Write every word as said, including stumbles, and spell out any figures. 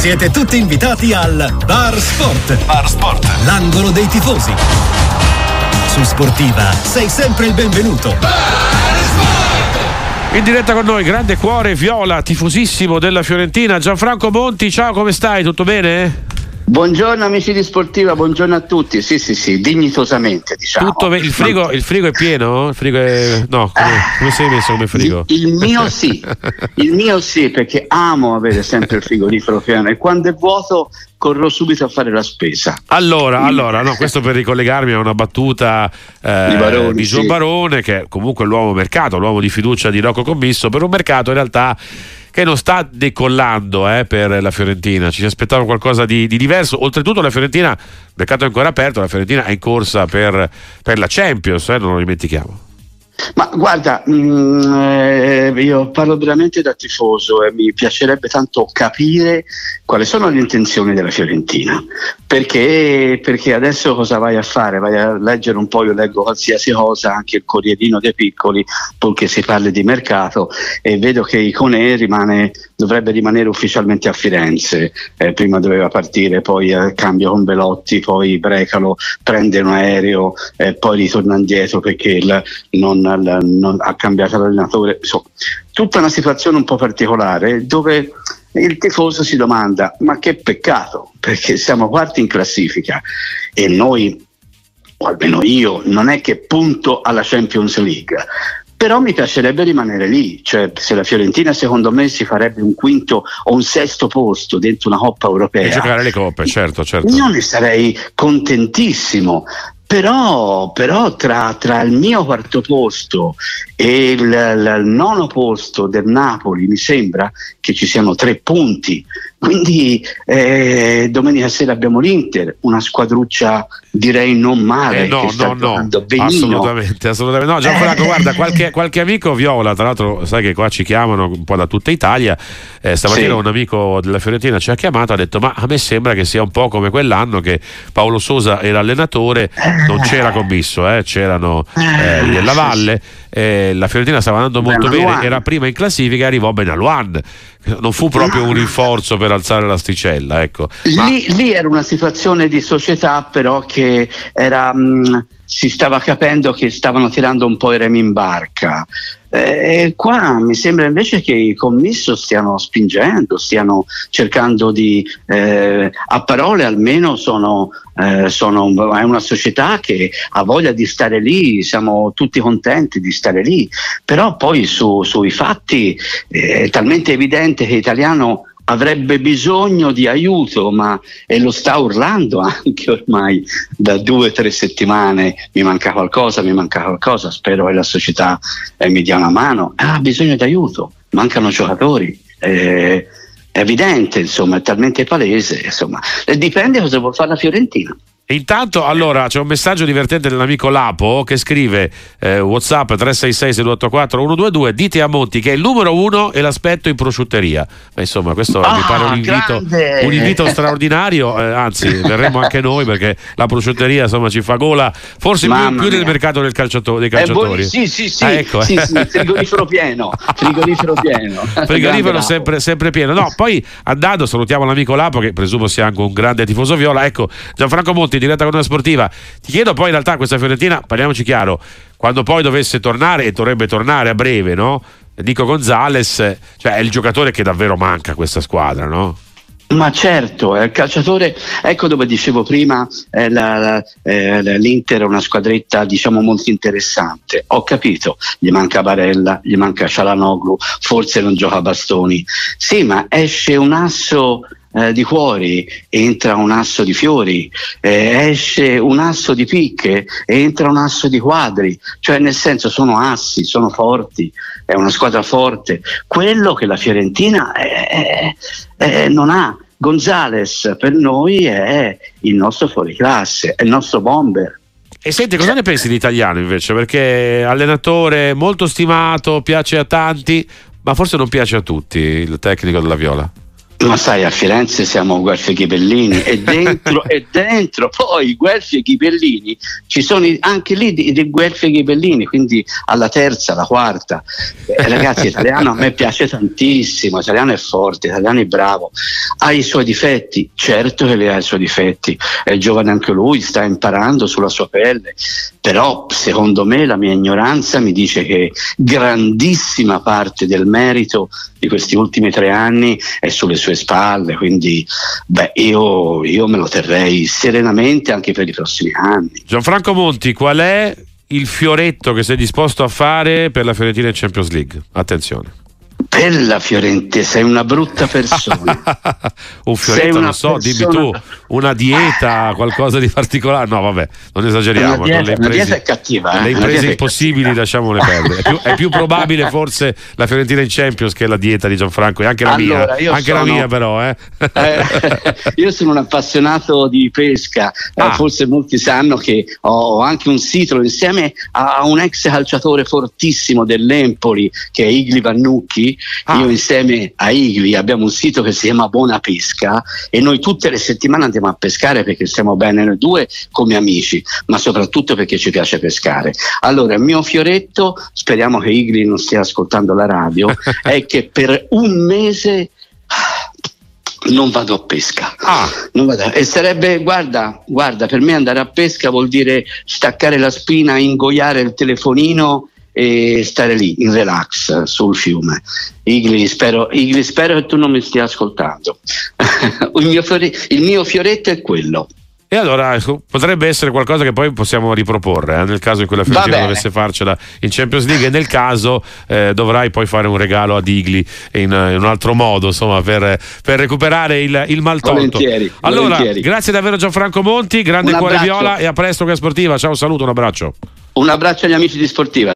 Siete tutti invitati al Bar Sport. Bar Sport. L'angolo dei tifosi. Su Sportiva sei sempre il benvenuto. Bar Sport. In diretta con noi, grande cuore viola, tifosissimo della Fiorentina, Gianfranco Monti. Ciao, come stai? Tutto bene? Buongiorno amici di Sportiva, buongiorno a tutti. Sì, sì, sì, dignitosamente, diciamo. Tutto be- il, frigo, il frigo è pieno? Il frigo è... No, come, come sei messo come frigo? Il, il mio sì, il mio sì, perché amo avere sempre il frigorifero pieno e quando è vuoto corro subito a fare la spesa. Allora, allora no, questo per ricollegarmi a una battuta eh, di, Baroni, di Gio sì. Barone, che è comunque l'uomo mercato, l'uomo di fiducia di Rocco Commisso, per un mercato in realtà che non sta decollando eh, per la Fiorentina. Ci si aspettava qualcosa di, di diverso. Oltretutto la Fiorentina, il mercato è ancora aperto, la Fiorentina è in corsa per, per la Champions, eh, non lo dimentichiamo. Ma guarda, mh, eh, io parlo veramente da tifoso e mi piacerebbe tanto capire quali sono le intenzioni della Fiorentina, perché, perché adesso cosa vai a fare? Vai a leggere un po', io leggo qualsiasi cosa, anche il Corrierino dei Piccoli, purché si parli di mercato, e vedo che Iconè rimane, dovrebbe rimanere ufficialmente a Firenze, eh, prima doveva partire, poi eh, cambia con Belotti, poi Brecalo prende un aereo, eh, poi ritorna indietro perché il, non Non ha cambiato l'allenatore. Insomma, tutta una situazione un po' particolare dove il tifoso si domanda: ma che peccato, perché siamo quarti in classifica e noi, o almeno io, non è che punto alla Champions League, però mi piacerebbe rimanere lì. Cioè, se la Fiorentina secondo me si farebbe un quinto o un sesto posto dentro una Coppa Europea E giocare le coppe, certo, certo. Io ne sarei contentissimo. Però, però tra, tra il mio quarto posto e il, il, il nono posto del Napoli mi sembra che ci siano tre punti, quindi eh, domenica sera abbiamo l'Inter, una squadruccia direi non male, eh no, che sta no, giocando no, benino. assolutamente, assolutamente. No, Gianfranco, eh. guarda, qualche, qualche amico viola, tra l'altro sai che qua ci chiamano un po' da tutta Italia, eh, stamattina Sì. un amico della Fiorentina ci ha chiamato, ha detto: ma a me sembra che sia un po' come quell'anno che Paolo Sosa era allenatore, non c'era Commisso, eh, c'erano eh, della Valle, eh, la Fiorentina stava andando molto bene, Benaluan. era prima in classifica, arrivò Benaluan, non fu proprio un rinforzo per alzare l'asticella, ecco. Ma... Lì, lì era una situazione di società però che era, mh, si stava capendo che stavano tirando un po' i remi in barca. E qua mi sembra invece che i Commisso stiano spingendo, stiano cercando di, eh, a parole almeno sono, eh, sono è una società che ha voglia di stare lì, siamo tutti contenti di stare lì, però poi su, sui fatti è talmente evidente che l'italiano avrebbe bisogno di aiuto, ma e lo sta urlando anche ormai da due o tre settimane: mi manca qualcosa, mi manca qualcosa, spero che la società eh, mi dia una mano. Ha bisogno di aiuto, mancano giocatori, eh, è evidente, insomma, è talmente palese, insomma, e dipende cosa vuol fare la Fiorentina. Intanto, allora, c'è un messaggio divertente dell'amico Lapo che scrive eh, WhatsApp tre sei sei sei due otto quattro uno due due: dite a Monti che è il numero uno e l'aspetto in prosciutteria. Ma insomma, questo Ah, mi pare un invito, grande! un invito straordinario, eh, anzi verremo anche noi, perché la prosciutteria insomma ci fa gola, forse più, Mamma più del mia. mercato del calciato- dei È buoni- calciatori. sì, sì, sì, Ah, ecco. sì, sì, frigorifero pieno, frigorifero pieno. Frigorifero Grande sempre, sempre pieno. No, poi andando, salutiamo l'amico Lapo, che presumo sia anche un grande tifoso viola. Ecco, Gianfranco Monti, in diretta con una sportiva. Ti chiedo poi, in realtà, questa Fiorentina, parliamoci chiaro, quando poi dovesse tornare, e dovrebbe tornare a breve, no? Nico Gonzalez, cioè è il giocatore che davvero manca a questa squadra, no? Ma certo, è il calciatore, ecco dove dicevo prima, eh, la, la, eh, l'Inter è una squadretta diciamo molto interessante, ho capito, gli manca Barella, gli manca Çalhanoğlu, forse non gioca a bastoni, sì, ma esce un asso eh, di cuori, entra un asso di fiori, eh, esce un asso di picche, entra un asso di quadri, cioè nel senso sono assi, sono forti, è una squadra forte, quello che la Fiorentina è, è, è, non ha. Gonzalez per noi è il nostro fuoriclasse, è il nostro bomber. E senti, cosa ne pensi di Italiano invece? Perché allenatore molto stimato, piace a tanti, ma forse non piace a tutti il tecnico della Viola. Ma sai, a Firenze siamo Guelfi e Ghibellini e dentro, e dentro poi Guelfi e Ghibellini ci sono anche lì dei di Guelfi e Ghibellini, quindi alla terza, alla quarta. Eh, ragazzi, l'italiano a me piace tantissimo, l'italiano è forte, l'italiano è bravo, ha i suoi difetti, certo che li ha i suoi difetti, è giovane anche lui, sta imparando sulla sua pelle, però secondo me la mia ignoranza mi dice che grandissima parte del merito di questi ultimi tre anni è sulle sue spalle, quindi beh, io, io me lo terrei serenamente anche per i prossimi anni. Gianfranco Monti, qual è il fioretto che sei disposto a fare per la Fiorentina in Champions League? Attenzione. Bella Fiorentina, sei una brutta persona. Un fioretto, non so, persona... dimmi tu, una dieta, qualcosa di particolare. No, vabbè, non esageriamo. Una dieta, non le una imprese, dieta è cattiva. Eh? Le imprese impossibili lasciamole perdere. È più, è più probabile forse la Fiorentina in Champions che la dieta di Gianfranco, e anche la allora, mia, anche sono... la mia però. Eh. Eh, io sono un appassionato di pesca, ah. eh, forse molti sanno che ho anche un sito insieme a un ex calciatore fortissimo dell'Empoli che è Igli Vannucchi. Ah. Io insieme a Igli abbiamo un sito che si chiama Buona Pesca e noi tutte le settimane andiamo a pescare perché stiamo bene noi due come amici, ma soprattutto perché ci piace pescare. Allora il mio fioretto, speriamo che Igli non stia ascoltando la radio, è che per un mese non vado a pesca. Ah. Non vado. E sarebbe, guarda, guarda, per me andare a pesca vuol dire staccare la spina, ingoiare il telefonino e stare lì in relax sul fiume. Igli, spero, Igli, spero che tu non mi stia ascoltando. il, mio fiore, il mio fioretto è quello. E allora potrebbe essere qualcosa che poi possiamo riproporre eh, nel caso in cui la Fiorentina dovesse farcela in Champions League, e nel caso eh, dovrai poi fare un regalo ad Igli in, in un altro modo, insomma, per, per recuperare il, il mal tolto. Volentieri, allora, volentieri. Grazie davvero Gianfranco Monti, grande cuore viola, e a presto che Sportiva. Ciao, saluto, un abbraccio. Un abbraccio agli amici di Sportiva.